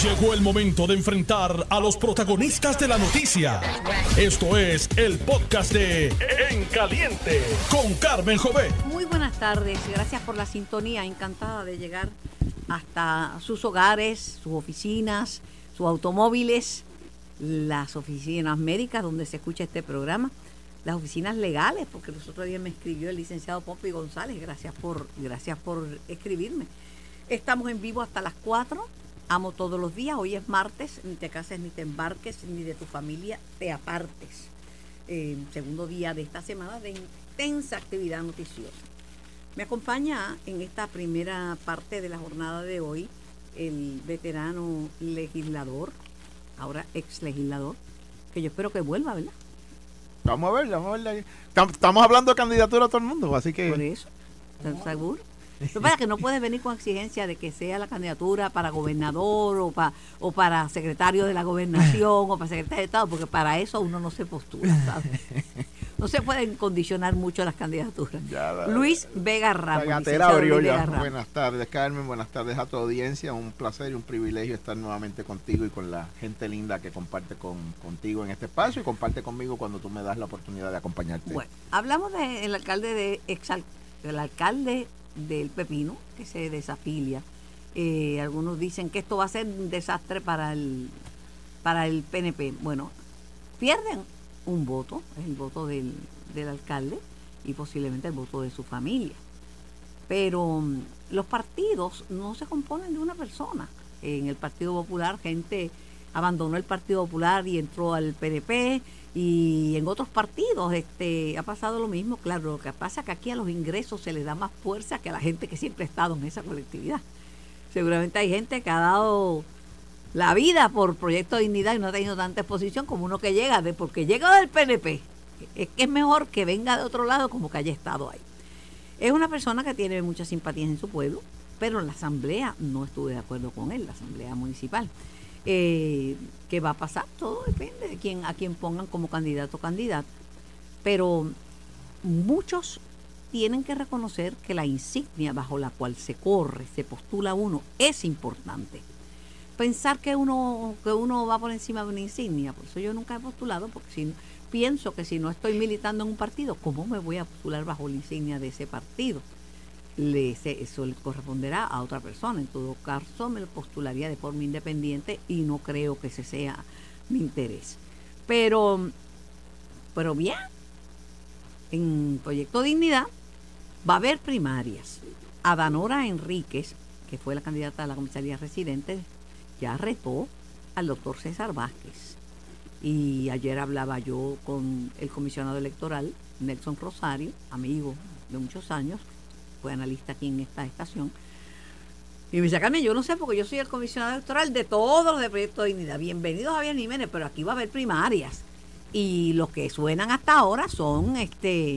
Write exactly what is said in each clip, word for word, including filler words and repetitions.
Llegó el momento de enfrentar a los protagonistas de la noticia. Esto es el podcast de En Caliente con Carmen Jovet. Muy buenas tardes, gracias por la sintonía. Encantada de llegar hasta sus hogares, sus oficinas, sus automóviles, las oficinas médicas donde se escucha este programa, las oficinas legales, porque los otros días me escribió el licenciado Pompi González. Gracias por, gracias por escribirme. Estamos en vivo hasta las cuatro. Amo todos los días. Hoy es martes. Ni te cases, ni te embarques, ni de tu familia te apartes. Eh, segundo día de esta semana de intensa actividad noticiosa. Me acompaña en esta primera parte de la jornada de hoy el veterano legislador, ahora ex legislador, que yo espero que vuelva, ¿verdad? Vamos a ver, vamos a ver. Estamos hablando de candidatura a todo el mundo, así que... Por eso, ¿estás seguro? Lo que pasa es que no puedes venir con exigencia de que sea la candidatura para gobernador o, pa, o para secretario de la gobernación o para secretario de Estado, porque para eso uno no se postula, ¿sabes? No se pueden condicionar mucho las candidaturas. Ya, la, Luis Vega Ramos. La gatera abrió ya. Buenas tardes, Carmen. Buenas tardes a tu audiencia. Un placer y un privilegio estar nuevamente contigo y con la gente linda que comparte con, contigo en este espacio y comparte conmigo cuando tú me das la oportunidad de acompañarte. Bueno, hablamos del alcalde de exal, el alcalde del Pepino, que se desafilia. Eh, algunos dicen que esto va a ser un desastre para el para el P N P. Bueno, pierden un voto, es el voto del, del alcalde y posiblemente el voto de su familia. Pero um, los partidos no se componen de una persona. En el Partido Popular, gente abandonó el Partido Popular y entró al P N P, y en otros partidos este ha pasado lo mismo. Claro, lo que pasa es que aquí a los ingresos se les da más fuerza que a la gente que siempre ha estado en esa colectividad. Seguramente hay gente que ha dado la vida por Proyecto de Dignidad y no ha tenido tanta exposición como uno que llega de porque llega del P N P. Es que es mejor que venga de otro lado como que haya estado ahí. Es una persona que tiene muchas simpatías en su pueblo, pero en la asamblea no estuve de acuerdo con él, la asamblea municipal. Eh, ¿Qué va a pasar? Todo depende de quién, a quién pongan como candidato o candidata. Pero muchos tienen que reconocer que la insignia bajo la cual se corre, se postula uno, es importante. Pensar que uno que uno va por encima de una insignia, por eso yo nunca he postulado, porque si pienso que si no estoy militando en un partido, ¿cómo me voy a postular bajo la insignia de ese partido? Le, se, eso le corresponderá a otra persona. En todo caso me lo postularía de forma independiente y no creo que ese sea mi interés. Pero, pero bien, en Proyecto Dignidad va a haber primarias. Adanora Enríquez, que fue la candidata a la comisaría residente, ya retó al doctor César Vázquez. Y ayer hablaba yo con el comisionado electoral, Nelson Rosario, amigo de muchos años, fue analista aquí en esta estación, y me dice: Carmen, yo no sé, porque yo soy el comisionado electoral de todos los de Proyecto de Dignidad. Bienvenido Javier Jiménez, pero aquí va a haber primarias, y los que suenan hasta ahora son este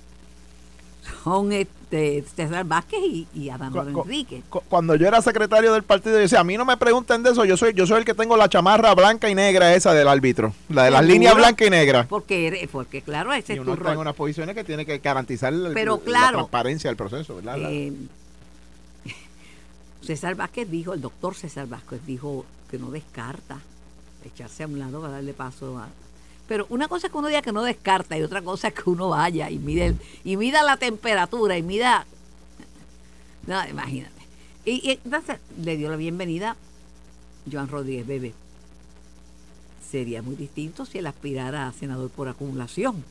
son este César Vázquez y, y Adanora Enríquez. Cuando yo era secretario del partido, yo decía: a mí no me pregunten de eso, yo soy yo soy el que tengo la chamarra blanca y negra esa del árbitro, la de las líneas blancas y negras. Porque, porque claro, ese y es uno tu está rol. en unas posiciones que tiene que garantizar el, Pero, claro, la transparencia del proceso, ¿verdad? Eh, César Vázquez dijo, el doctor César Vázquez dijo que no descarta echarse a un lado para darle paso a... Pero una cosa es que uno diga que no descarta y otra cosa es que uno vaya y mide el, y mida la temperatura y mida... No, imagínate. Y, y entonces le dio la bienvenida Joan Rodríguez Bebe. Sería muy distinto si él aspirara a senador por acumulación.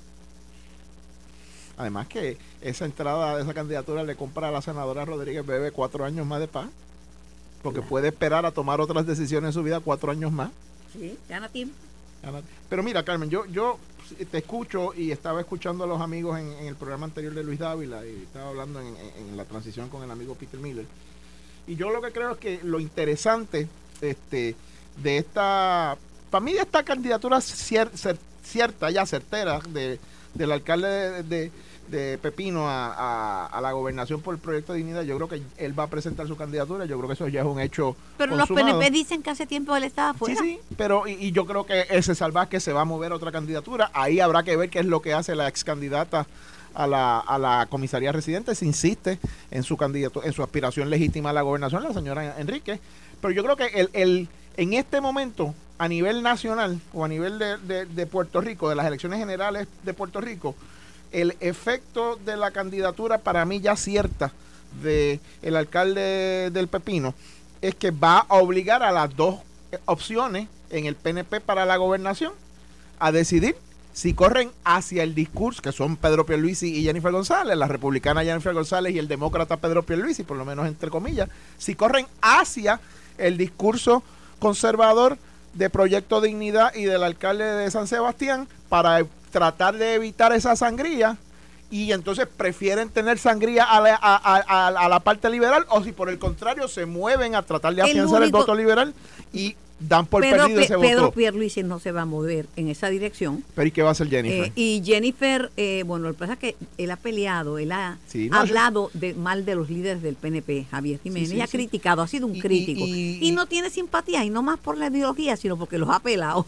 Además que esa entrada de esa candidatura le compra a la senadora Rodríguez Bebe cuatro años más de paz, porque claro, puede esperar a tomar otras decisiones en su vida cuatro años más. Sí, gana tiempo. Pero mira, Carmen, yo yo te escucho y estaba escuchando a los amigos en, en el programa anterior de Luis Dávila y estaba hablando en, en, en la transición con el amigo Peter Miller. Y yo lo que creo es que lo interesante este, de esta, para mí esta candidatura cier, cer, cierta, ya certera, de, del alcalde de, de, de Pepino a, a, a la gobernación por el Proyecto de Dignidad, yo creo que él va a presentar su candidatura, yo creo que eso ya es un hecho Pero consumado. Los P N P dicen que hace tiempo él estaba afuera. Sí, sí, pero y, y yo creo que ese César Vázquez se va a mover a otra candidatura, ahí habrá que ver qué es lo que hace la ex candidata a la, a la comisaría residente, se insiste en su candidato, en su aspiración legítima a la gobernación, la señora Enríquez. Pero yo creo que el, el en este momento, a nivel nacional o a nivel de, de, de Puerto Rico, de las elecciones generales de Puerto Rico, el efecto de la candidatura para mí ya cierta de el alcalde del Pepino es que va a obligar a las dos opciones en el P N P para la gobernación a decidir si corren hacia el discurso, que son Pedro Pierluisi y Jennifer González, la republicana Jennifer González y el demócrata Pedro Pierluisi, por lo menos entre comillas, si corren hacia el discurso conservador de Proyecto Dignidad y del alcalde de San Sebastián para tratar de evitar esa sangría, y entonces prefieren tener sangría a la, a, a, a la parte liberal, o si por el contrario se mueven a tratar de afianzar el, único, el voto liberal y dan por Pedro, perdido ese Pedro voto. Pierluisi no se va a mover en esa dirección. ¿Pero y qué va a hacer Jennifer? Eh, y Jennifer, eh, bueno, lo que pasa es que él ha peleado, él ha sí, no, hablado de, mal de los líderes del P N P, Javier Jiménez, sí, sí, y ha sí. criticado, ha sido un y, crítico. Y, y, y no tiene simpatía, y no más por la ideología, sino porque los ha pelado.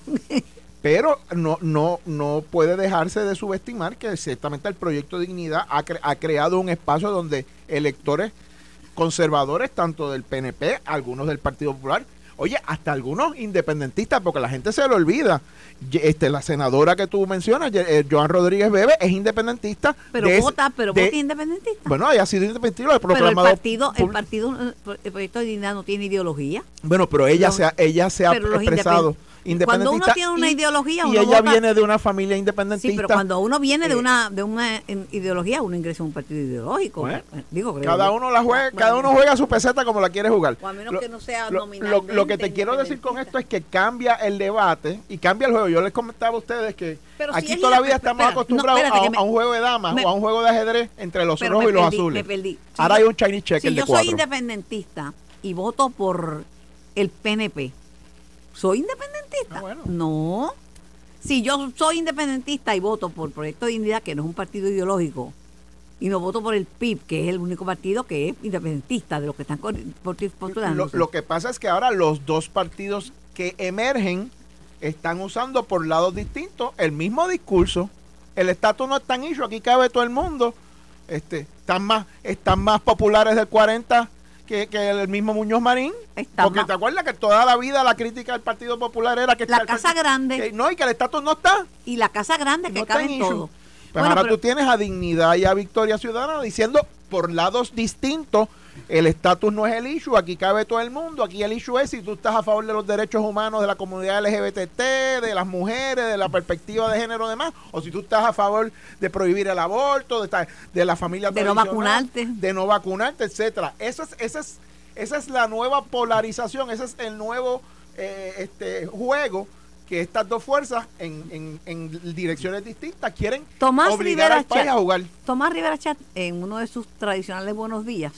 Pero no no no puede dejarse de subestimar que ciertamente el Proyecto Dignidad ha, cre ha creado un espacio donde electores conservadores, tanto del P N P, algunos del Partido Popular, oye, hasta algunos independentistas, porque la gente se lo olvida. Este, la senadora que tú mencionas, eh, Joan Rodríguez Bebe, es independentista. Pero de, vota, pero de, vota independentista. Bueno, ella ha sido independentista, lo ha proclamado. Pero el partido, el partido, el Proyecto de Dignidad no tiene ideología. Bueno, pero ella los, se ha, ella se ha expresado independentista. Cuando uno tiene una y, ideología, y uno ella vota, viene de una familia independentista. Sí, pero cuando uno viene de una de una ideología, uno ingresa a un partido ideológico. Bueno, Digo, creo cada yo. uno la juega, bueno, cada uno juega su peseta como la quiere jugar. O a menos lo, que no sea lo, nominalmente. Lo, lo que te quiero decir con esto es que cambia el debate y cambia el juego. Yo les comentaba a ustedes que pero aquí si toda la vida espera, estamos acostumbrados no, a, me, a un juego de damas me, o a un juego de ajedrez entre los rojos y los perdí, azules. Me perdí. Si Ahora yo, hay un Chinese check, si el de yo cuatro. soy independentista y voto por el P N P, ¿soy independentista? Ah, bueno. No. Si yo soy independentista y voto por Proyecto de Dignidad, que no es un partido ideológico, y no voto por el P I B, que es el único partido que es independentista de los que están postulando. Lo, lo que pasa es que ahora los dos partidos que emergen están usando por lados distintos el mismo discurso. El estatus no es tan issue, aquí cabe todo el mundo. Este, están más, están más populares del cuarenta que, que el mismo Muñoz Marín. Está porque más. Te acuerdas que toda la vida la crítica del Partido Popular era que la está Casa partido, Grande. Que, no, y que el estatus no está. Y la Casa Grande que no cabe en todo. Pues bueno, ahora pero, tú tienes a Dignidad y a Victoria Ciudadana diciendo por lados distintos, el estatus no es el issue, aquí cabe todo el mundo, aquí el issue es si tú estás a favor de los derechos humanos de la comunidad L G B T T, de las mujeres, de la perspectiva de género y demás, o si tú estás a favor de prohibir el aborto, de, estar, de la familia de no vacunarte, de no vacunarte, etcétera. Eso es, esa es, esa es la nueva polarización, ese es el nuevo eh, este juego que estas dos fuerzas en, en, en direcciones distintas quieren Tomás obligar Rivera al país Chat, a jugar. Tomás Rivera Chat, en uno de sus tradicionales buenos días,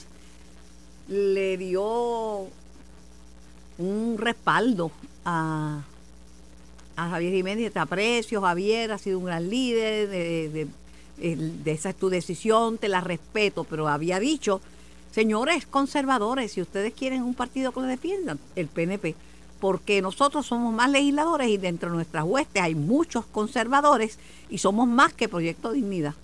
le dio un respaldo a, a Javier Jiménez. Te aprecio, Javier, has sido un gran líder, de, de, de, de esa es tu decisión, te la respeto, pero había dicho, señores conservadores, si ustedes quieren un partido que lo defiendan, el P N P, porque nosotros somos más legisladores y dentro de nuestras huestes hay muchos conservadores y somos más que Proyecto Dignidad.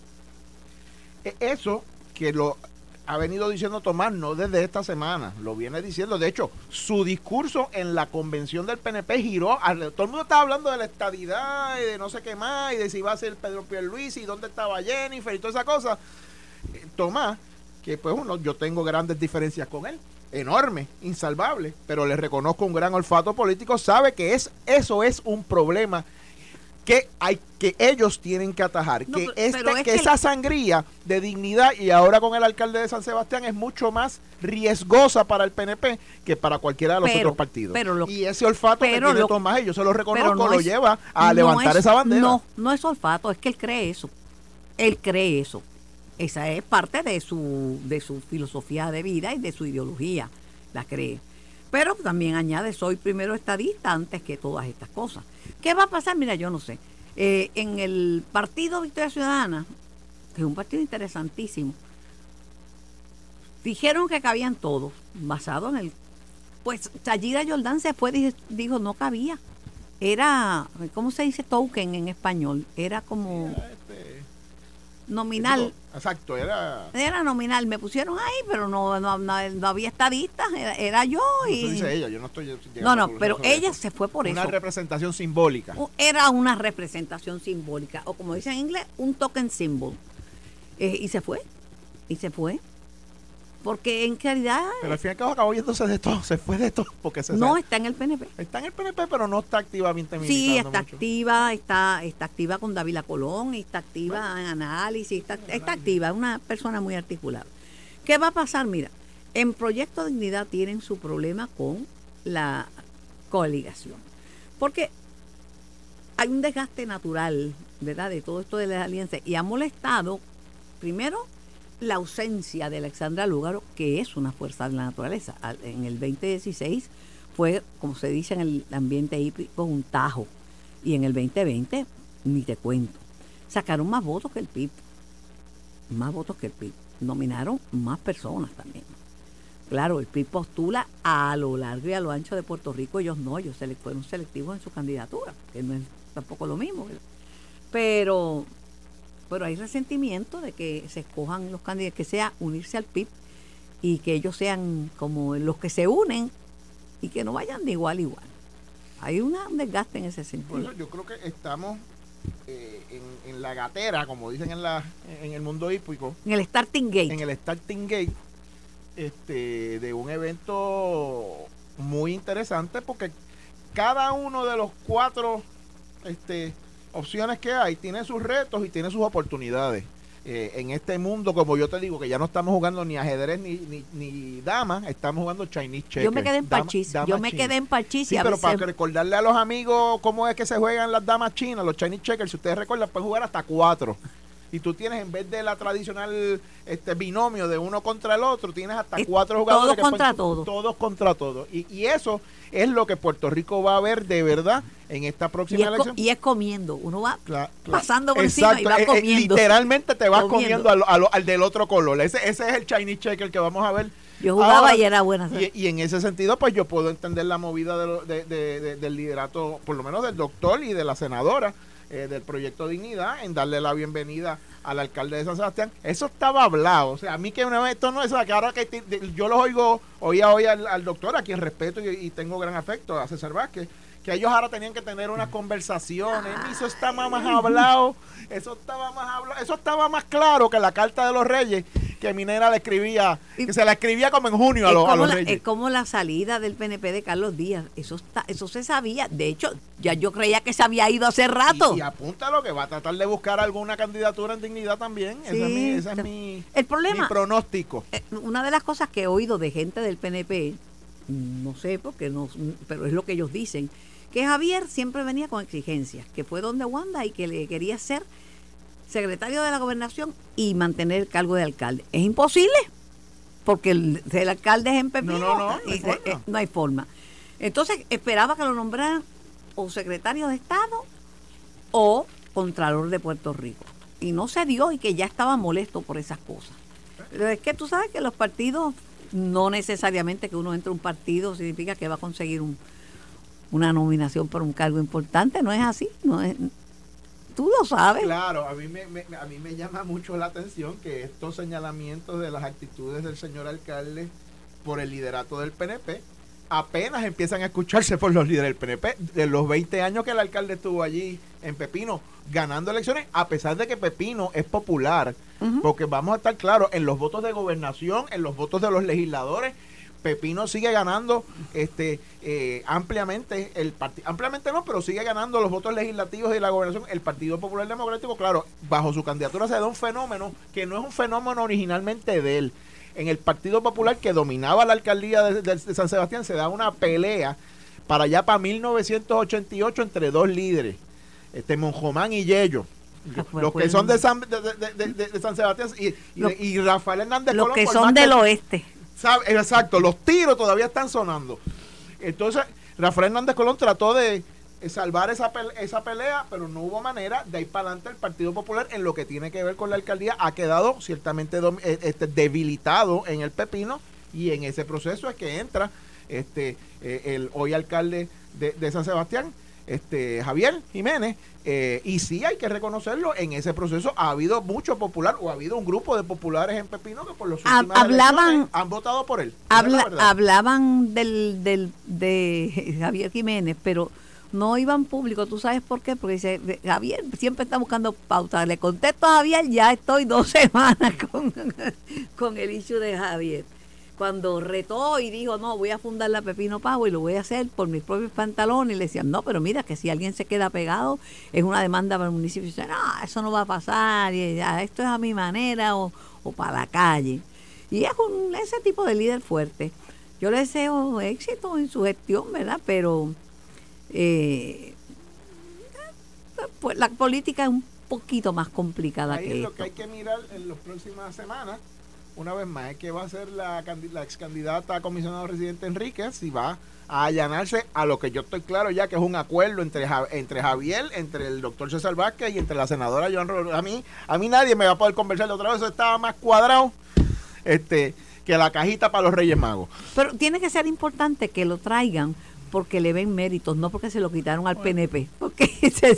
Eso que lo ha venido diciendo Tomás no desde esta semana, lo viene diciendo. De hecho, su discurso en la convención del P N P giró, todo el mundo estaba hablando de la estadidad y de no sé qué más, y de si iba a ser Pedro Pierluisi y dónde estaba Jennifer y toda esa cosa. Tomás, que pues uno, yo tengo grandes diferencias con él, enorme, insalvable, pero le reconozco un gran olfato político, sabe que es eso es un problema que hay que ellos tienen que atajar, no, que, este, es que, que esa sangría de Dignidad y ahora con el alcalde de San Sebastián es mucho más riesgosa para el P N P que para cualquiera de los pero, otros partidos. Pero lo, y ese olfato que tiene lo, Tomás, yo se lo reconozco, no lo es, lleva a no levantar es, esa bandera. No, no es olfato, es que él cree eso. Él cree eso. Esa es parte de su de su filosofía de vida y de su ideología, la cree. Pero también añade, soy primero estadista antes que todas estas cosas. ¿Qué va a pasar? Mira, yo no sé. Eh, en el partido Victoria Ciudadana, que es un partido interesantísimo, dijeron que cabían todos, basado en el... Pues Sayida Jordán se fue y dijo, no cabía. Era, ¿cómo se dice token en español? Era como... nominal. Exacto, era... Era nominal, me pusieron ahí, pero no no, no, no había estadistas, era, era yo. Y... Eso dice ella, yo no estoy... No, no, pero ella eso. se fue por Una eso. Una representación simbólica. Era una representación simbólica, o como dicen en inglés, un token symbol. Eh, y se fue, y se fue. Porque en realidad... Pero al fin y al cabo acabó yéndose de todo, se fue de todo. Porque se no, sabe. está en el P N P. Está en el P N P, pero no está activamente militando Sí, está mucho. activa, está está activa con Dávila Colón, está activa bueno. en análisis, está, está activa, es una persona muy articulada. ¿Qué va a pasar? Mira, en Proyecto Dignidad tienen su problema con la coligación. Porque hay un desgaste natural, ¿verdad?, de todo esto de las alianzas, y ha molestado, primero, la ausencia de Alexandra Lúgaro, que es una fuerza de la naturaleza. En el veinte dieciséis fue, como se dice en el ambiente hípico, un tajo. Y en el veinte veinte, ni te cuento. Sacaron más votos que el P I B. Más votos que el P I B. Nominaron más personas también. Claro, el P I B postula a lo largo y a lo ancho de Puerto Rico. Ellos no, ellos fueron selectivos en su candidatura, que no es tampoco lo mismo. ¿Verdad? Pero... pero hay resentimiento de que se escojan los candidatos, que sea unirse al P I B y que ellos sean como los que se unen y que no vayan de igual a igual. Hay una, un desgaste en ese sentido. Por eso yo creo que estamos eh, en, en la gatera, como dicen en la en el mundo hípico. En el starting gate. En el starting gate este, de un evento muy interesante, porque cada uno de los cuatro... este opciones que hay, tiene sus retos y tiene sus oportunidades. Eh, en este mundo, como yo te digo, que ya no estamos jugando ni ajedrez ni, ni, ni damas, estamos jugando Chinese checkers. Yo me quedé en parchís, dama, yo me china. quedé en parchís. Sí, pero veces... para recordarle a los amigos cómo es que se juegan las damas chinas, los Chinese checkers, si ustedes recuerdan, pueden jugar hasta cuatro. Y tú tienes, en vez de la tradicional este binomio de uno contra el otro, tienes hasta es cuatro jugadores. Todos contra todos. Todos contra todos. Y, y eso es lo que Puerto Rico va a ver de verdad en esta próxima y es elección. Y es comiendo. Uno va claro, claro. pasando por Exacto. encima y va comiendo. Literalmente te vas comiendo, comiendo al, al, al del otro color. Ese, ese es el Chinese checker que vamos a ver. Yo jugaba ahora, y era buena. Y, y en ese sentido, pues yo puedo entender la movida de lo, de, de, de, del liderato, por lo menos del doctor y de la senadora, eh, del Proyecto Dignidad, en darle la bienvenida al alcalde de San Sebastián. Eso estaba hablado. O sea, a mí que una vez esto no es, que ahora que te, de, yo los oigo, oía hoy al, al doctor, a quien respeto y, y tengo gran afecto, a César Vázquez, que ellos ahora tenían que tener unas conversaciones. Y eso estaba más hablado, eso estaba más hablado, eso estaba más claro que la carta de los Reyes que Minera le escribía, que se la escribía como en junio a, lo, a los la, Reyes. Es como la salida del P N P de Carlos Díaz, eso está, eso se sabía. De hecho, ya yo creía que se había ido hace rato. Y, y apunta lo que va a tratar de buscar alguna candidatura en Dignidad también. Sí, esa es mi, esa es mi, el problema, mi pronóstico. Eh, una de las cosas que he oído de gente del P N P, no sé por qué, no, pero es lo que ellos dicen, que Javier siempre venía con exigencias, que fue donde Wanda y que le quería ser secretario de la Gobernación y mantener el cargo de alcalde. Es imposible, porque el, el alcalde es en Pepino. No, no, no, no hay, y, forma. Eh, no hay forma. Entonces esperaba que lo nombraran o secretario de Estado o Contralor de Puerto Rico. Y no se dio, y que ya estaba molesto por esas cosas. Pero es que tú sabes que los partidos, no necesariamente que uno entre a un partido significa que va a conseguir un, una nominación por un cargo importante. No es así, no es... Tú lo sabes. Claro, a mí me, me, a mí me llama mucho la atención que estos señalamientos de las actitudes del señor alcalde por el liderato del P N P apenas empiezan a escucharse por los líderes del P N P. De los veinte años que el alcalde estuvo allí en Pepino ganando elecciones, a pesar de que Pepino es popular, uh-huh. porque vamos a estar claros, en los votos de gobernación, en los votos de los legisladores, Pepino sigue ganando este eh, ampliamente, el parti- ampliamente no, pero sigue ganando los votos legislativos y la gobernación. El Partido Popular Democrático, claro, bajo su candidatura se da un fenómeno que no es un fenómeno originalmente de él. En el Partido Popular, que dominaba la alcaldía de, de, de San Sebastián, se da una pelea para allá para mil novecientos ochenta y ocho entre dos líderes, este Monjomán y Yello. Los, los que son de San, de, de, de, de, de San Sebastián y, lo, y, y Rafael Hernández los Colón. Los que son del que, oeste. ¿sabe? Exacto, los tiros todavía están sonando. Entonces, Rafael Hernández Colón trató de salvar esa, pele- esa pelea, pero no hubo manera. De ahí para adelante el Partido Popular, en lo que tiene que ver con la alcaldía, ha quedado ciertamente dom- este, debilitado en el Pepino, y en ese proceso es que entra este eh, el hoy alcalde de, de San Sebastián, este Javier Jiménez, eh, y sí hay que reconocerlo, en ese proceso ha habido mucho popular, o ha habido un grupo de populares en Pepino que por los últimos hablaban han votado por él. Habla, hablaban del, del de Javier Jiménez, pero no iban público. ¿Tú sabes por qué? Porque dice, Javier siempre está buscando pauta. Le contesto a Javier, ya estoy dos semanas con, con el issue de Javier. Cuando retó y dijo, no, voy a fundar la Pepino Power y lo voy a hacer por mis propios pantalones, y le decían, no, pero mira que si alguien se queda pegado, es una demanda para el municipio. Y dice, no, eso no va a pasar, y ya, esto es a mi manera o, o para la calle. Y es un, ese tipo de líder fuerte. Yo le deseo éxito en su gestión, ¿verdad? Pero eh, pues la política es un poquito más complicada. Ahí que es lo esto. que hay que mirar en las próximas semanas. Una vez más, es que va a ser la, la ex candidata a comisionado residente Enríquez, si va a allanarse a lo que yo estoy claro ya que es un acuerdo entre entre Javier, entre el doctor César Vázquez y entre la senadora Joan Rodríguez. A mí, a mí nadie me va a poder conversar de otra vez, eso estaba más cuadrado este, que la cajita para los Reyes Magos. Pero tiene que ser importante que lo traigan porque le ven méritos, no porque se lo quitaron al P N P, porque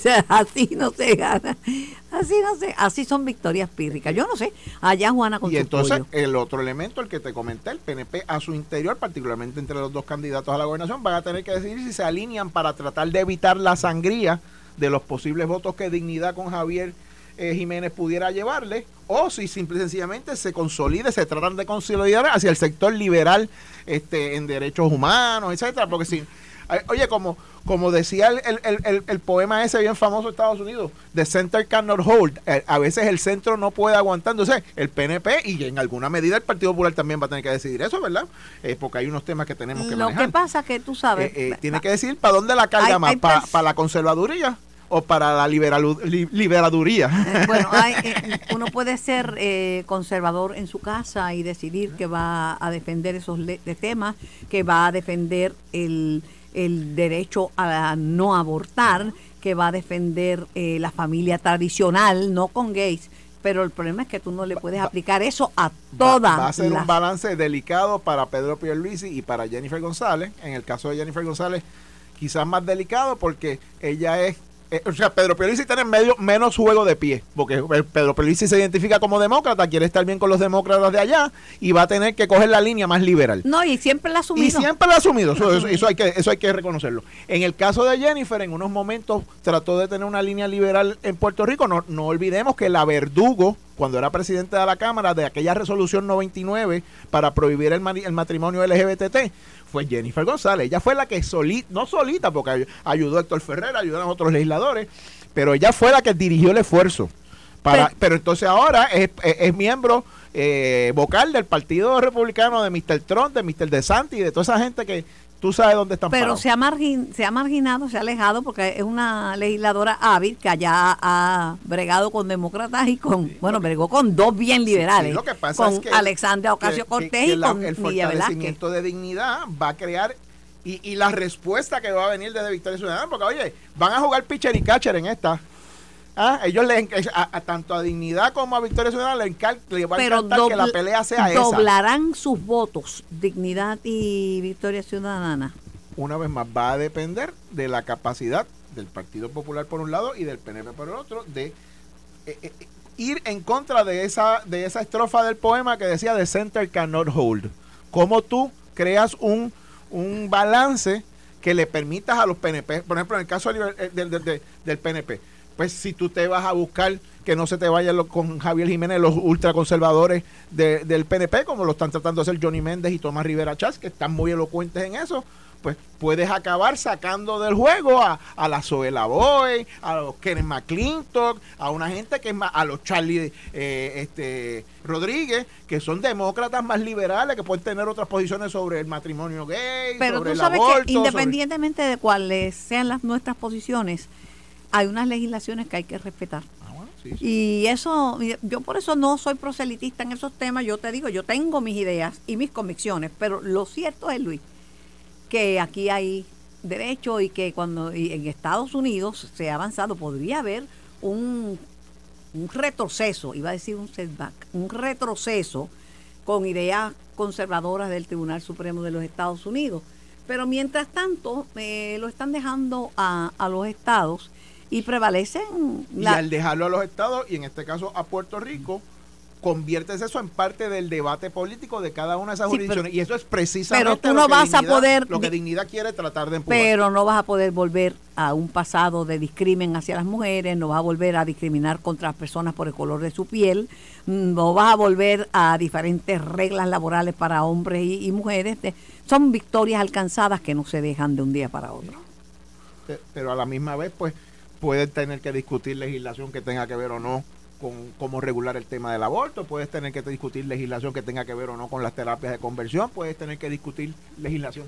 así no se gana, así no se, así son victorias pírricas. Yo no sé, allá Juana con y su entonces pollo. El otro elemento, el que te comenté, el P N P a su interior, particularmente entre los dos candidatos a la gobernación, van a tener que decidir si se alinean para tratar de evitar la sangría de los posibles votos que Dignidad con Javier eh, Jiménez pudiera llevarle, o si simple y sencillamente se consolide, se tratan de consolidar hacia el sector liberal este en derechos humanos, etcétera, porque si oye, como como decía el, el, el, el poema ese bien famoso de Estados Unidos, The Center Cannot Hold, a veces el centro no puede aguantar, entonces el P N P y en alguna medida el Partido Popular también va a tener que decidir eso, ¿verdad? Eh, porque hay unos temas que tenemos que Lo manejar. que pasa que tú sabes... Eh, eh, tiene que decir para dónde la carga hay, más, para pers- pa la conservaduría o para la liberalu- li, liberaduría. Eh, bueno, hay, eh, uno puede ser eh, conservador en su casa y decidir que va a defender esos le- de temas, que va a defender el, el derecho a no abortar, que va a defender eh, la familia tradicional, no con gays. Pero el problema es que tú no le puedes aplicar eso a todas. Va, va a ser las... un balance delicado para Pedro Pierluisi y para Jennifer González. En el caso de Jennifer González, quizás más delicado porque ella es Eh, o sea, Pedro Pierluisi tiene medio, menos juego de pie, porque Pedro Pierluisi se identifica como demócrata, quiere estar bien con los demócratas de allá y va a tener que coger la línea más liberal. No, y siempre la ha asumido. Y siempre la ha asumido, eso, eso, eso, hay que, eso hay que reconocerlo. En el caso de Jennifer, en unos momentos trató de tener una línea liberal en Puerto Rico. No, no olvidemos que la verdugo, cuando era presidente de la Cámara, de aquella resolución noventa y nueve para prohibir el, el matrimonio L G B T T, fue Jennifer González. Ella fue la que solita, no solita, porque ayudó a Héctor Ferrer, ayudó a otros legisladores, pero ella fue la que dirigió el esfuerzo. Para, pero, pero entonces ahora es, es, es miembro eh, vocal del Partido Republicano, de mister Trump, de mister DeSantis y de toda esa gente que tú sabes dónde están Pero parados. se ha, margin, se ha marginado, se ha alejado, porque es una legisladora hábil que allá ha bregado con demócratas y con, sí, bueno, bregó con dos bien liberales. Sí, sí, lo que pasa con es que Alexandria Ocasio-Cortez y la, con el Nidia Velázquez. fortalecimiento de Dignidad va a crear y, y la respuesta que va a venir desde Victoria Ciudadana, porque oye, van a jugar pitcher y catcher en esta. Ah, ellos le a, a tanto a Dignidad como a Victoria Ciudadana le, encal, le va a Pero encantar doble, que la pelea sea doblarán esa. Doblarán sus votos Dignidad y Victoria Ciudadana. Una vez más, va a depender de la capacidad del Partido Popular por un lado y del P N P por el otro de eh, eh, ir en contra de esa de esa estrofa del poema que decía The Center Cannot Hold. Cómo tú creas un, un balance que le permitas a los P N P, por ejemplo, en el caso del, del, del, del P N P, pues si tú te vas a buscar que no se te vayan los, con Javier Jiménez los ultraconservadores de, del P N P, como lo están tratando de hacer Johnny Méndez y Tomás Rivera Chats, que están muy elocuentes en eso, pues puedes acabar sacando del juego a, a la Zoe Lavoy, a los Kenneth McClintock, a una gente que es más, a los Charlie eh, este, Rodríguez, que son demócratas más liberales, que pueden tener otras posiciones sobre el matrimonio gay, pero sobre tú el sabes aborto. Que independientemente sobre... de cuáles sean las nuestras posiciones, hay unas legislaciones que hay que respetar. Ah, bueno, sí, sí. Y eso, yo por eso no soy proselitista en esos temas. Yo te digo, yo tengo mis ideas y mis convicciones, pero lo cierto es, Luis, que aquí hay derecho y que cuando y en Estados Unidos se ha avanzado, podría haber un, un retroceso, iba a decir un setback, un retroceso con ideas conservadoras del Tribunal Supremo de los Estados Unidos. Pero mientras tanto, eh, lo están dejando a, a los estados y prevalecen... La... Y al dejarlo a los estados, y en este caso a Puerto Rico, conviertes eso en parte del debate político de cada una de esas sí, jurisdicciones. Pero, y eso es precisamente pero tú no lo, que vas dignidad, a poder, lo que Dignidad quiere tratar de empujar. Pero no vas a poder volver a un pasado de discrimen hacia las mujeres, no vas a volver a discriminar contra las personas por el color de su piel, no vas a volver a diferentes reglas laborales para hombres y, y mujeres. Son victorias alcanzadas que no se dejan de un día para otro. Pero a la misma vez, pues, pueden tener que discutir legislación que tenga que ver o no con cómo regular el tema del aborto, puedes tener que discutir legislación que tenga que ver o no con las terapias de conversión, puedes tener que discutir legislación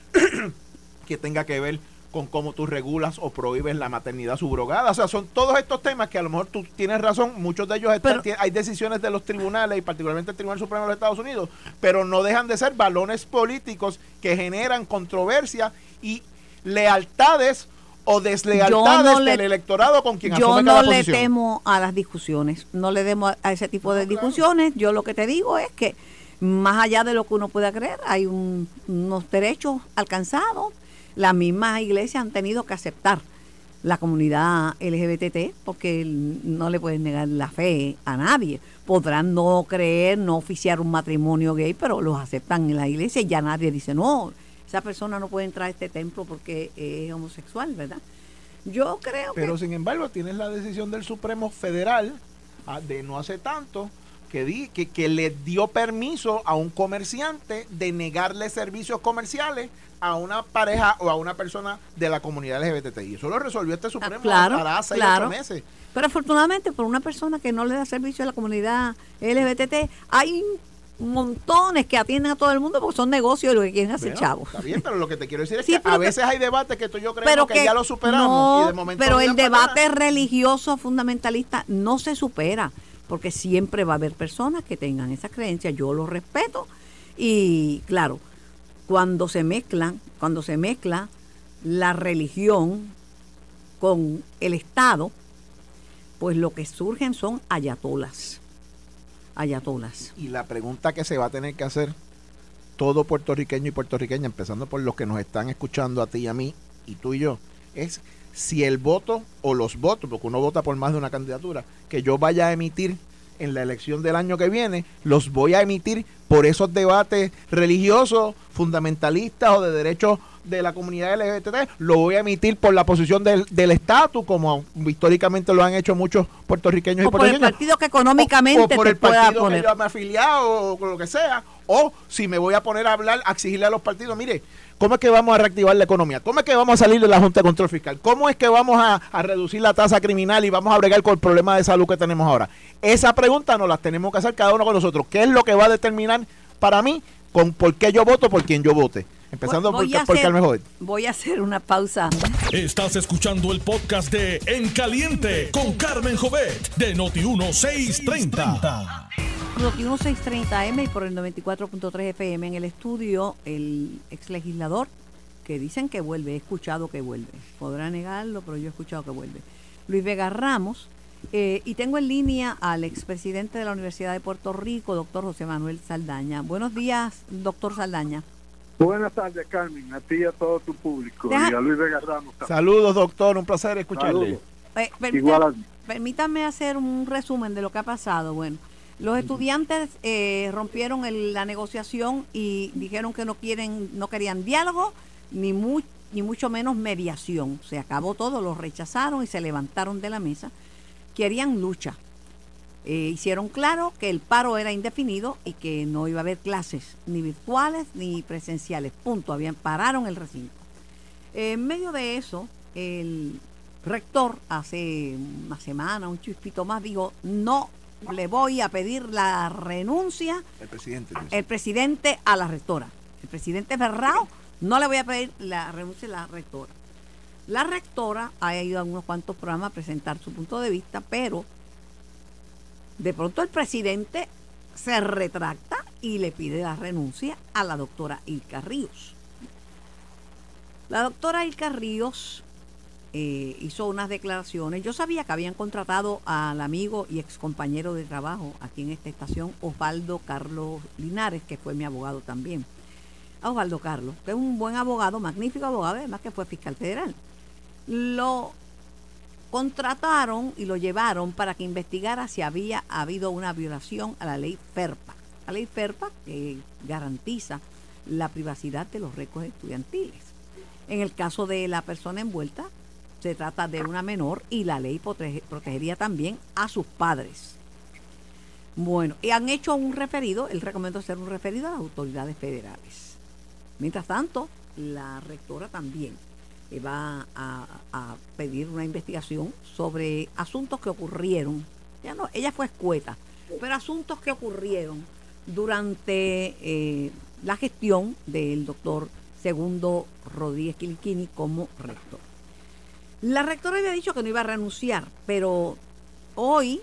que tenga que ver con cómo tú regulas o prohíbes la maternidad subrogada. O sea, son todos estos temas que a lo mejor tú tienes razón, muchos de ellos están, pero, hay decisiones de los tribunales y particularmente el Tribunal Supremo de los Estados Unidos, pero no dejan de ser balones políticos que generan controversia y lealtades o deslealtades no del le, electorado con quien asume cada posición. Yo no le temo a las discusiones, no le temo a ese tipo no, de claro. discusiones. Yo lo que te digo es que más allá de lo que uno pueda creer, hay un, unos derechos alcanzados. Las mismas iglesias han tenido que aceptar la comunidad L G B T T porque no le pueden negar la fe a nadie. Podrán no creer, no oficiar un matrimonio gay, pero los aceptan en la iglesia y ya nadie dice no. Esa persona no puede entrar a este templo porque es homosexual, ¿verdad? Yo creo que... Pero sin embargo tienes la decisión del Supremo Federal de no hace tanto que, di, que, que le dio permiso a un comerciante de negarle servicios comerciales a una pareja o a una persona de la comunidad L G B T T. Y eso lo resolvió este Supremo ah, claro, para seis claro. ocho meses. Pero afortunadamente por una persona que no le da servicio a la comunidad L G B T T, hay montones que atienden a todo el mundo porque son negocios y lo que quieren hacer bueno, chavos. Está bien, pero lo que te quiero decir es sí, que a veces que, hay debates que tú y yo creemos que, que ya lo superamos no, y de momento pero el debate mañana. religioso fundamentalista no se supera porque siempre va a haber personas que tengan esa creencia. Yo lo respeto y claro, cuando se mezclan, cuando se mezcla la religión con el Estado, pues lo que surgen son ayatolas. ayatolas. Y la pregunta que se va a tener que hacer todo puertorriqueño y puertorriqueña, empezando por los que nos están escuchando a ti y a mí, y tú y yo, es si el voto o los votos, porque uno vota por más de una candidatura, que yo vaya a emitir en la elección del año que viene, los voy a emitir por esos debates religiosos, fundamentalistas o de derechos de la comunidad L G B T T, lo voy a emitir por la posición del, del estatus, como históricamente lo han hecho muchos puertorriqueños o y puertorriqueños. O por el partido que económicamente o, o por te el partido poner. que yo me he afiliado o lo que sea, o si me voy a poner a hablar, a exigirle a los partidos, mire, ¿cómo es que vamos a reactivar la economía? ¿Cómo es que vamos a salir de la Junta de Control Fiscal? ¿Cómo es que vamos a, a reducir la tasa criminal y vamos a bregar con el problema de salud que tenemos ahora? Esa pregunta nos la tenemos que hacer cada uno con nosotros. ¿Qué es lo que va a determinar para mí con por qué yo voto, por quién yo vote? Empezando voy, voy por, hacer, por Carmen Jovet. Voy a hacer una pausa. Estás escuchando el podcast de En Caliente con Carmen Jovet de Noti uno seiscientos treinta. Noti uno seiscientos treinta eme y por el noventa y cuatro punto tres efe eme en el estudio, el ex legislador que dicen que vuelve, he escuchado que vuelve. Podrá negarlo, pero yo he escuchado que vuelve. Luis Vega Ramos, eh, y tengo en línea al expresidente de la Universidad de Puerto Rico, doctor José Manuel Saldaña. Buenos días, doctor Saldaña. Buenas tardes, Carmen, a ti y a todo tu público. Deja... Y a Luis Vega Ramos. Saludos, doctor, un placer escucharle. Eh, permítame, permítame hacer un resumen de lo que ha pasado. Bueno, los estudiantes eh, rompieron el, la negociación y dijeron que no quieren, no querían diálogo ni, mu ni mucho menos mediación. Se acabó todo, lo rechazaron y se levantaron de la mesa. Querían lucha. Eh, hicieron claro que el paro era indefinido y que no iba a haber clases ni virtuales ni presenciales. Punto. Habían pararon el recinto. Eh, en medio de eso, el rector hace una semana, un chispito más, dijo, no le voy a pedir la renuncia el presidente, el presidente a la rectora. El presidente Ferrao, no le voy a pedir la renuncia a la rectora. La rectora ha ido a unos cuantos programas a presentar su punto de vista, pero de pronto el presidente se retracta y le pide la renuncia a la doctora Ilka Ríos. La doctora Ilka Ríos eh, hizo unas declaraciones. Yo sabía que habían contratado al amigo y excompañero de trabajo aquí en esta estación, Osvaldo Carlos Linares, que fue mi abogado también. a Osvaldo Carlos, que es un buen abogado, magnífico abogado, además que fue fiscal federal. Lo contrataron y lo llevaron para que investigara si había habido una violación a la ley FERPA. La ley FERPA que garantiza la privacidad de los récords estudiantiles. En el caso de la persona envuelta, se trata de una menor y la ley protege, protegería también a sus padres. Bueno, y han hecho un referido, él recomendó hacer un referido a las autoridades federales. Mientras tanto, la rectora también va a, a pedir una investigación sobre asuntos que ocurrieron. Ya no, ella fue escueta, pero asuntos que ocurrieron durante eh, la gestión del doctor Segundo Rodríguez Quiliquini como rector. La rectora había dicho que no iba a renunciar, pero hoy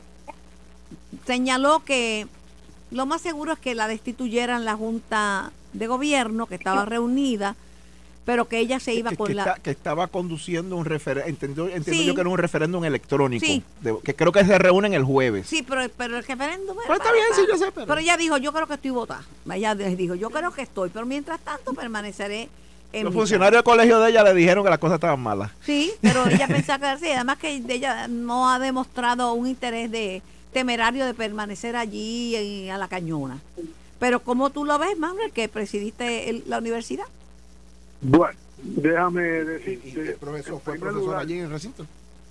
señaló que lo más seguro es que la destituyeran la Junta de Gobierno, que estaba reunida, pero que ella se iba que, con que la... Está, que estaba conduciendo un referéndum, entiendo, entiendo Sí. yo que era un referéndum electrónico, Sí. de, que creo que se reúnen el jueves. Sí, pero, pero el referéndum... Pero está bien, sí, yo sé, pero... Pero ella dijo, yo creo que estoy votada. Ella dijo, yo creo que estoy, pero mientras tanto permaneceré en Los mi funcionarios del colegio de ella le dijeron que las cosas estaban malas. casa. Sí, pero ella pensaba quedarse, y además que ella no ha demostrado un interés de temerario de permanecer allí en, a la cañona. Pero ¿cómo tú lo ves, Manuel, que presidiste el- la universidad? Bueno, déjame Y, decirte... y el profesor en fue primer profesor lugar- allí en el recinto.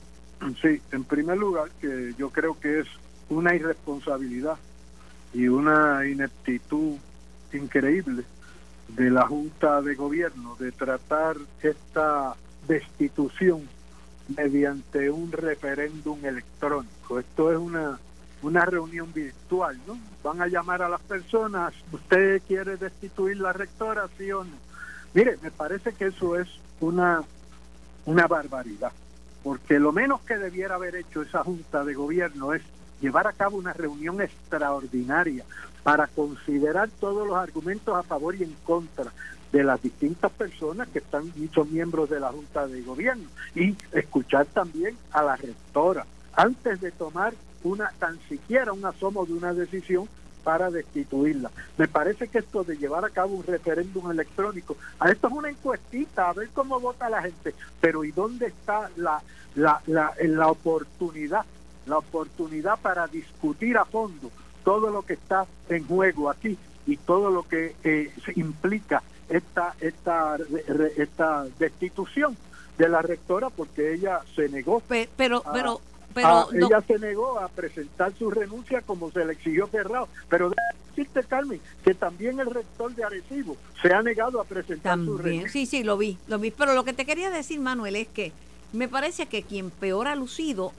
Sí, en primer lugar, que yo creo que es una irresponsabilidad y una ineptitud increíble de la Junta de Gobierno de tratar esta destitución mediante un referéndum electrónico. Esto es una, una reunión virtual, ¿no? Van a llamar a las personas, ¿usted quiere destituir la rectora, sí o no? Mire, me parece que eso es una, una barbaridad, porque lo menos que debiera haber hecho esa Junta de Gobierno es llevar a cabo una reunión extraordinaria para considerar todos los argumentos a favor y en contra de las distintas personas que están y son miembros de la Junta de Gobierno, y escuchar también a la rectora antes de tomar una tan siquiera un asomo de una decisión para destituirla. Me parece que esto de llevar a cabo un referéndum electrónico, a esto es una encuestita, a ver cómo vota la gente, pero ¿y dónde está la la la, la oportunidad la oportunidad para discutir a fondo todo lo que está en juego aquí y todo lo que eh, implica esta esta esta destitución de la rectora, porque ella se negó Pe- Pero, a- pero, pero, a- doc- ella se negó a presentar su renuncia como se le exigió Ferrao, pero decirte, Carmen, que también el rector de Arecibo se ha negado a presentar su también, renuncia. sí, sí, lo vi, lo vi. Pero lo que te quería decir, Manuel, es que me parece que quien peor ha lucido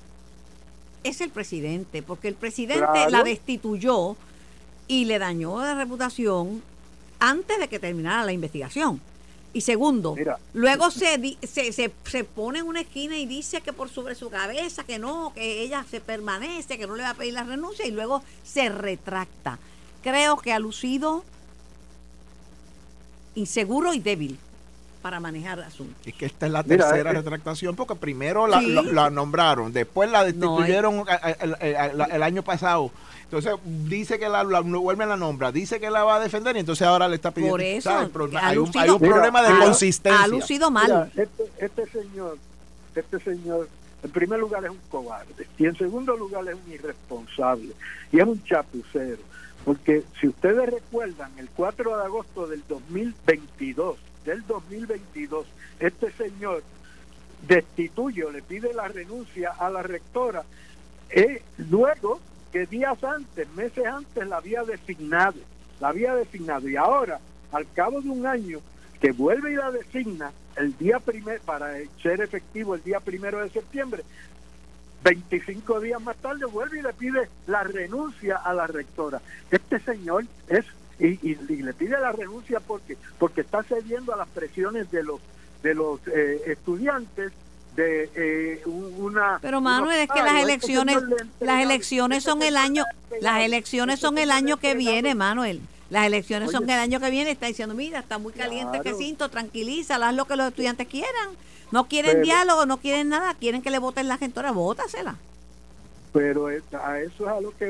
es el presidente, porque el presidente Claro. la destituyó y le dañó la reputación antes de que terminara la investigación. Y segundo, Mira. luego se, di- se, se, se pone en una esquina y dice que por sobre su cabeza, que no, que ella se permanece, que no le va a pedir la renuncia, y luego se retracta. Creo que ha lucido inseguro y débil para manejar asuntos. Es que esta es la Mira, tercera eh, retractación, porque primero la, Sí. la- la nombraron, después la No, destituyeron a- a- el, el- el año pasado. Entonces dice que la, la vuelve a la nombra, dice que la va a defender y entonces ahora le está pidiendo. Por eso, ¿sabes? Pero ha hay, un, lucido- hay un Mira, problema de mira, consistencia. Ha lucido mal. Mira, este, este señor, este señor, en primer lugar es un cobarde y en segundo lugar es un irresponsable y es un chapucero, porque si ustedes recuerdan, el cuatro de agosto del dos mil veintidós, del dos mil veintidós, este señor destituye o le pide la renuncia a la rectora, eh, luego que días antes, meses antes la había designado, la había designado y ahora, al cabo de un año, que vuelve y la designa el día primero, para ser efectivo el día primero de septiembre, veinticinco días más tarde vuelve y le pide la renuncia a la rectora. Este señor es, y, y, y le pide la renuncia porque, porque está cediendo a las presiones de los, de los eh, estudiantes, de eh, un- una Pero Manuel, es que Ay, las este elecciones, señor le las entregaron- elecciones este son el señor año, le entregaron- las elecciones este son el señor le año que entregaron- viene, Manuel. Las elecciones son Oye. el año que viene. Está diciendo, mira, está muy caliente el Claro. recinto, tranquilízala, haz lo que los estudiantes quieran. No quieren Pero- diálogo, no quieren nada, quieren que le voten la gente, ahora bótasela. Pero es- a eso es a lo que voy.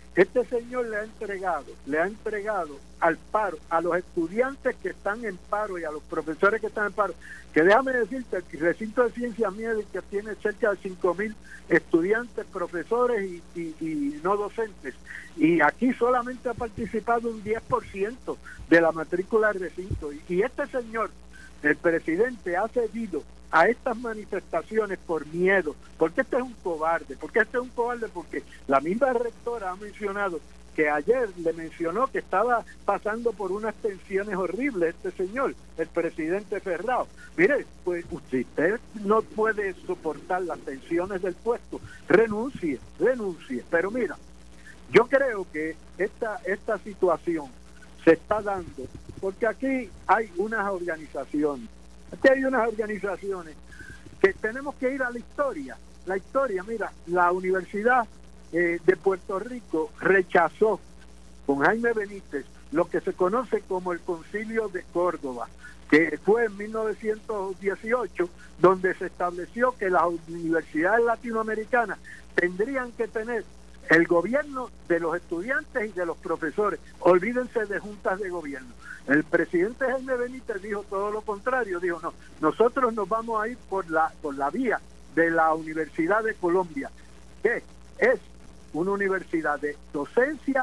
Este señor le ha entregado, le ha entregado al paro, a los estudiantes que están en paro y a los profesores que están en paro, que déjame decirte, el recinto de ciencias médicas tiene cerca de cinco mil estudiantes, profesores y, y, y no docentes, y aquí solamente ha participado un diez por ciento de la matrícula del recinto, y, y este señor, el presidente, ha cedido a estas manifestaciones por miedo, porque este es un cobarde, porque este es un cobarde, porque la misma rectora ha mencionado que ayer le mencionó que estaba pasando por unas tensiones horribles este señor, el presidente Ferrao. Mire, pues si usted no puede soportar las tensiones del puesto, renuncie, renuncie. Pero mira, yo creo que esta, esta situación se está dando porque aquí hay unas organizaciones, aquí hay unas organizaciones que tenemos que ir a la historia. La historia, mira, la Universidad eh, de Puerto Rico rechazó con Jaime Benítez lo que se conoce como el Concilio de Córdoba, que fue en mil novecientos dieciocho, donde se estableció que las universidades latinoamericanas tendrían que tener el gobierno de los estudiantes y de los profesores. Olvídense de juntas de gobierno. El presidente Jaime Benítez dijo todo lo contrario, dijo no, nosotros nos vamos a ir por la, por la vía de la Universidad de Colombia, que es una universidad de docencia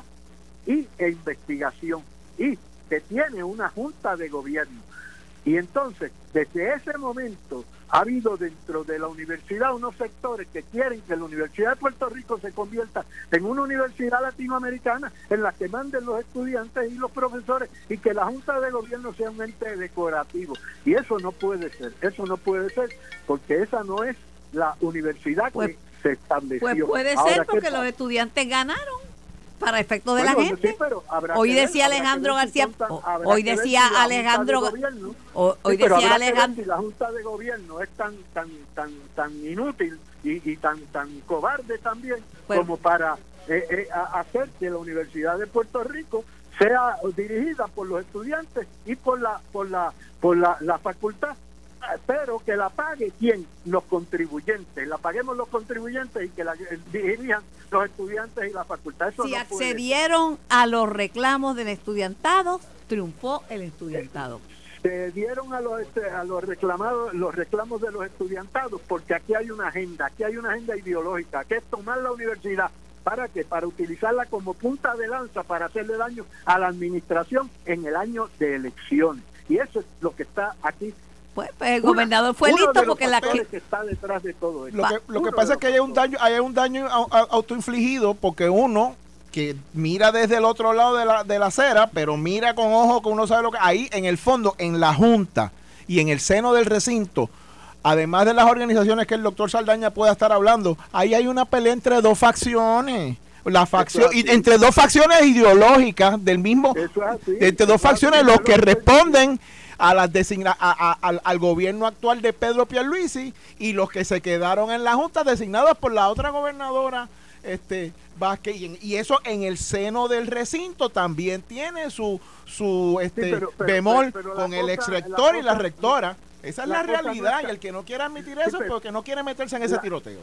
y e investigación, y que tiene una junta de gobierno. Y entonces, desde ese momento, ha habido dentro de la universidad unos sectores que quieren que la Universidad de Puerto Rico se convierta en una universidad latinoamericana en la que manden los estudiantes y los profesores, y que la Junta de Gobierno sea un ente decorativo. Y eso no puede ser, eso no puede ser, porque esa no es la universidad pues, que se estableció. Pues puede Ahora, ser porque los estudiantes ganaron. Para efectos de bueno, la gente. Sí, hoy ver, decía Alejandro García, contan, hoy decía si Alejandro, gobierno, hoy sí, decía Alejandro, si la Junta de Gobierno es tan tan tan tan inútil y, y tan tan cobarde también pues, como para eh, eh, hacer que la Universidad de Puerto Rico sea dirigida por los estudiantes y por la por la por la, la facultad, pero que la pague quién, los contribuyentes, la paguemos los contribuyentes y que la dirijan los estudiantes y la facultad. Eso si no accedieron a los reclamos del estudiantado, triunfó el estudiantado. Se dieron a los a los reclamados los reclamos de los estudiantados porque aquí hay una agenda, aquí hay una agenda ideológica, que es tomar la universidad para que para utilizarla como punta de lanza para hacerle daño a la administración en el año de elecciones. Y eso es lo que está aquí. Pues, pues el Una, gobernador fue listo porque la que... que está detrás de todo esto. Lo que, lo que pasa es que hay un daño, hay un daño autoinfligido porque uno que mira desde el otro lado de la, de la acera, pero mira con ojo que uno sabe lo que ahí en el fondo, en la Junta y en el seno del recinto, además de las organizaciones que el doctor Saldaña pueda estar hablando, ahí hay una pelea entre dos facciones. La facción, y entre dos facciones ideológicas del mismo, entre dos facciones los que responden a las designa a, a, al, al gobierno actual de Pedro Pierluisi y los que se quedaron en la Junta designados por la otra gobernadora este Vázquez, y, y eso en el seno del recinto también tiene su su este sí, pero, pero, bemol pero, pero con el ex rector y la rectora. Esa es la, la realidad no está, y el que no quiera admitir eso sí, pero, porque no quiere meterse en ese la, tiroteo.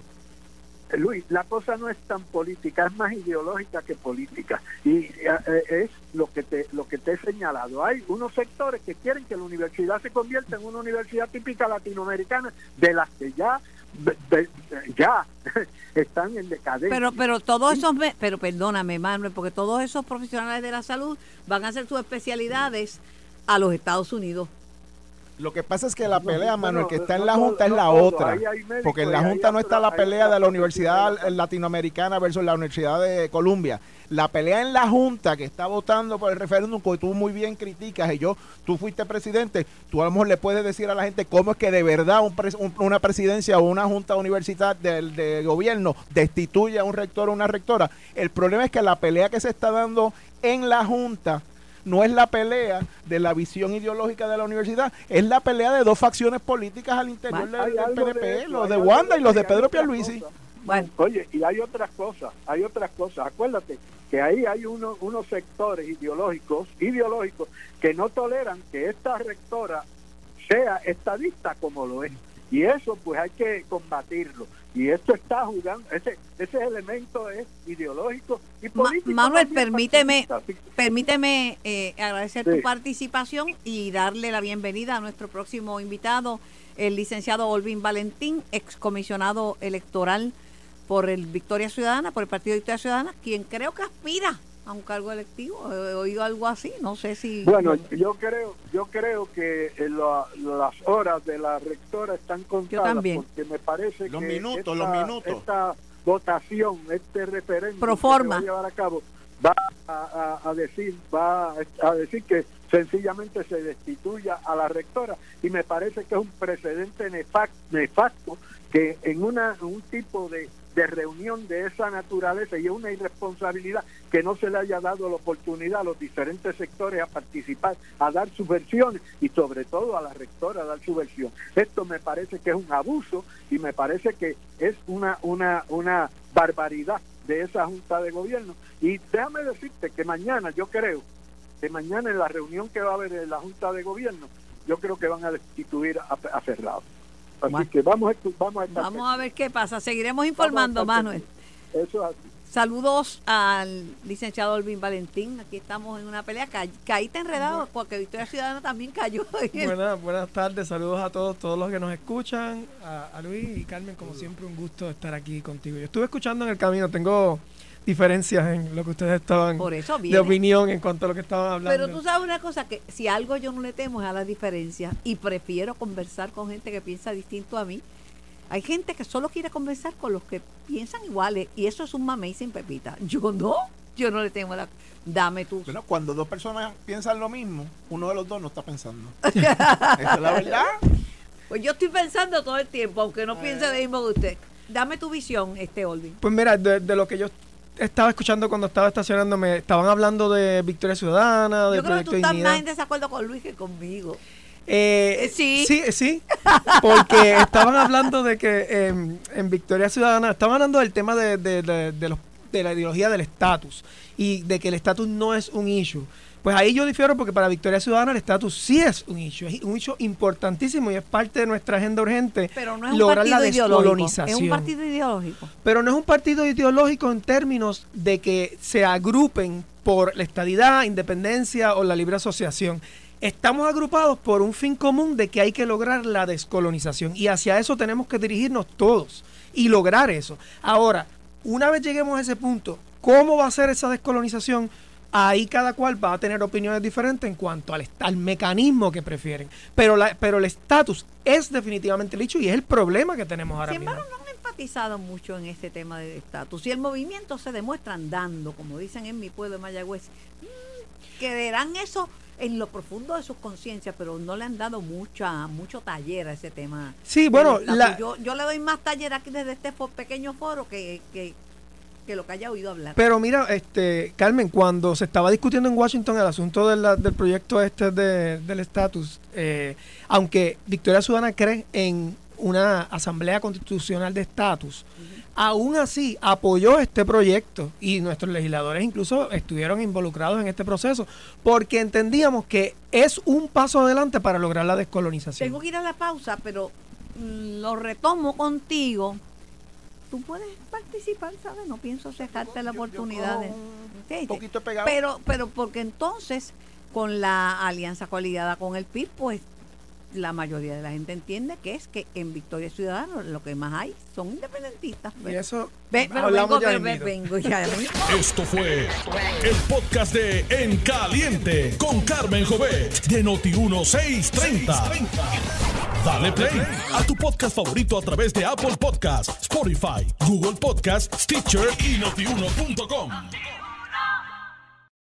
Luis, la cosa no es tan política, es más ideológica que política, y eh, es lo que te lo que te he señalado. Hay unos sectores que quieren que la universidad se convierta en una universidad típica latinoamericana, de las que ya de, de, ya están en decadencia. Pero pero todos esos, pero perdóname, Manuel, porque todos esos profesionales de la salud van a hacer sus especialidades a los Estados Unidos. Lo que pasa es que la pelea, Manuel, que está en la Junta es la otra, porque en la Junta no está la pelea de la Universidad Latinoamericana versus la Universidad de Columbia. La pelea en la Junta, que está votando por el referéndum, que tú muy bien criticas, y yo, tú fuiste presidente, tú a lo mejor le puedes decir a la gente cómo es que de verdad un pres, un, una presidencia o una Junta universitaria de, de gobierno destituye a un rector o una rectora. El problema es que la pelea que se está dando en la Junta no es la pelea de la visión ideológica de la universidad, es la pelea de dos facciones políticas al interior del, del P N P, de los de Wanda y los de Pedro Pierluisi. Bueno. Oye, y hay otras cosas, hay otras cosas. Acuérdate que ahí hay uno, unos sectores ideológicos, ideológicos que no toleran que esta rectora sea estadista como lo es. Y eso pues hay que combatirlo. Y esto está jugando, ese ese elemento es ideológico y político. Ma- Manuel, también, permíteme, así. permíteme eh, agradecer Sí. tu participación y darle la bienvenida a nuestro próximo invitado, el licenciado Olvin Valentín, excomisionado electoral por el Victoria Ciudadana, por el Partido Victoria Ciudadana, quien creo que aspira a un cargo electivo. He oído algo así, no sé si... Bueno, yo creo yo creo que eh, la- las horas de la rectora están contadas, también. porque me parece Los que minutos, esta, los minutos. esta votación, este referéndum Pro que forma. se va a llevar a cabo va a, a- a decir va a, a decir que sencillamente se destituya a la rectora, y me parece que es un precedente nefac- nefasto que en una un tipo de de reunión de esa naturaleza, y es una irresponsabilidad que no se le haya dado la oportunidad a los diferentes sectores a participar, a dar sus versiones, y sobre todo a la rectora a dar su versión. Esto me parece que es un abuso, y me parece que es una una una barbaridad de esa Junta de Gobierno. Y déjame decirte que mañana, yo creo que mañana en la reunión que va a haber en la Junta de Gobierno, yo creo que van a destituir a, a Ferrado. Así Bueno. que vamos a, vamos a estar Vamos a ver qué pasa. Seguiremos Vamos a informando, estar Manuel. pendientes. Eso es así. Saludos al licenciado Olvin Valentín. Aquí estamos en una pelea. Ca- Caíste enredado porque Victoria Ciudadana también cayó. Buenas, buenas tardes, saludos a todos, todos los que nos escuchan, a, a Luis y Carmen, como siempre un gusto estar aquí contigo. Yo estuve escuchando en el camino, tengo diferencias en lo que ustedes estaban Por eso de viene. opinión en cuanto a lo que estaban hablando. Pero tú sabes una cosa, que si algo yo no le temo es a las diferencias, y prefiero conversar con gente que piensa distinto a mí. Hay gente que solo quiere conversar con los que piensan iguales, y eso es un mamey sin pepita. Yo no, yo no le temo a la... Dame tú. Bueno, cuando dos personas piensan lo mismo, uno de los dos no está pensando. Esa es la verdad. Pues yo estoy pensando todo el tiempo, aunque no piense Eh. lo mismo que usted. Dame tu visión, este Olvin. Pues mira, de, de lo que yo estaba escuchando cuando estaba estacionando, me estaban hablando de Victoria Ciudadana, de Yo creo que Proyecto tú estás Dignidad. más en desacuerdo con Luis que conmigo. Eh, Eh, sí. Sí, sí, porque estaban hablando de que eh, en Victoria Ciudadana, estaban hablando del tema de, de, de, de los, de la ideología del estatus y de que el estatus no es un issue. Pues ahí yo difiero, porque para Victoria Ciudadana el estatus sí es un issue, es un issue importantísimo y es parte de nuestra agenda urgente, Pero no es un lograr la partido ideológico. descolonización. Es un partido ideológico. Pero no es un partido ideológico en términos de que se agrupen por la estadidad, independencia o la libre asociación. Estamos agrupados por un fin común de que hay que lograr la descolonización, y hacia eso tenemos que dirigirnos todos y lograr eso. Ahora, una vez lleguemos a ese punto, ¿cómo va a ser esa descolonización? Ahí cada cual va a tener opiniones diferentes en cuanto al, est- al mecanismo que prefieren. Pero la, pero el estatus es definitivamente el hecho y es el problema que tenemos ahora Sin mismo. embargo, no han enfatizado mucho en este tema del estatus. Y el movimiento se demuestra andando, como dicen en mi pueblo de Mayagüez. Mm, que verán eso en lo profundo de sus conciencias, pero no le han dado mucha mucho taller a ese tema. Sí, bueno, del estatus. la- yo, yo le doy más taller aquí desde este fo- pequeño foro que, que, que lo que haya oído hablar. Pero mira, este Carmen, cuando se estaba discutiendo en Washington el asunto de la- del proyecto este de, del estatus, eh, aunque Victoria Ciudadana cree en una asamblea constitucional de estatus, aún así apoyó este proyecto, y nuestros legisladores incluso estuvieron involucrados en este proceso porque entendíamos que es un paso adelante para lograr la descolonización. Tengo que ir a la pausa, pero mm, lo retomo contigo. Tú puedes participar, ¿sabes? No pienso cejarte la Yo- yo oportunidad de... cojo Sí, Un sí. poquito pegado. Pero, pero porque entonces, con la alianza coaliada con el P I B, pues la mayoría de la gente entiende que es que en Victoria Ciudadana lo que más hay son independentistas. Y Pero, eso ve, pero hablamos vengo, ya pero ve- mismito. vengo ya mismo. Esto fue el podcast de En Caliente con Carmen Jovet de Noti uno seiscientos treinta. Dale play a tu podcast favorito a través de Apple Podcasts, Spotify, Google Podcasts, Stitcher y notiuno punto com.